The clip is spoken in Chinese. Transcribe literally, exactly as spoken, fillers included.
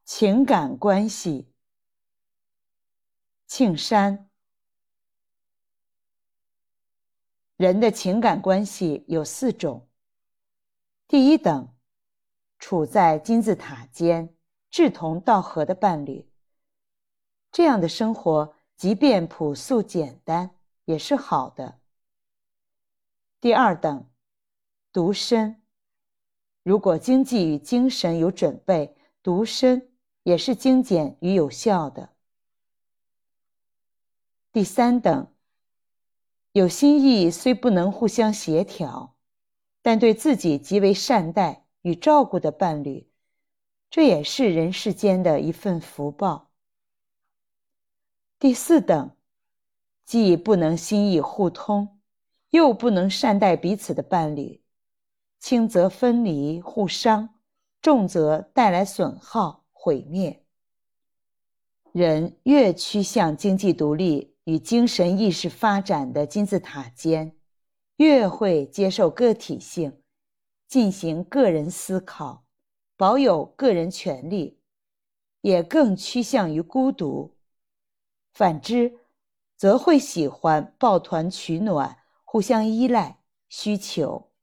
情感关系。庆山。人的情感关系有四种。第一等，处在金字塔尖，志同道合的伴侣。这样的生活，即便朴素简单，也是好的。第二等，独身。如果经济与精神有准备，独身也是精简与有效的。第三等，有心意虽不能互相协调，但对自己极为善待与照顾的伴侣，这也是人世间的一份福报。第四等，既不能心意互通，又不能善待彼此的伴侣，轻则分离互伤，重则带来损耗毁灭。人越趋向经济独立与精神意识发展的金字塔尖，越会接受个体性，进行个人思考，保有个人权利，也更趋向于孤独。反之，则会喜欢抱团取暖，互相依赖，需求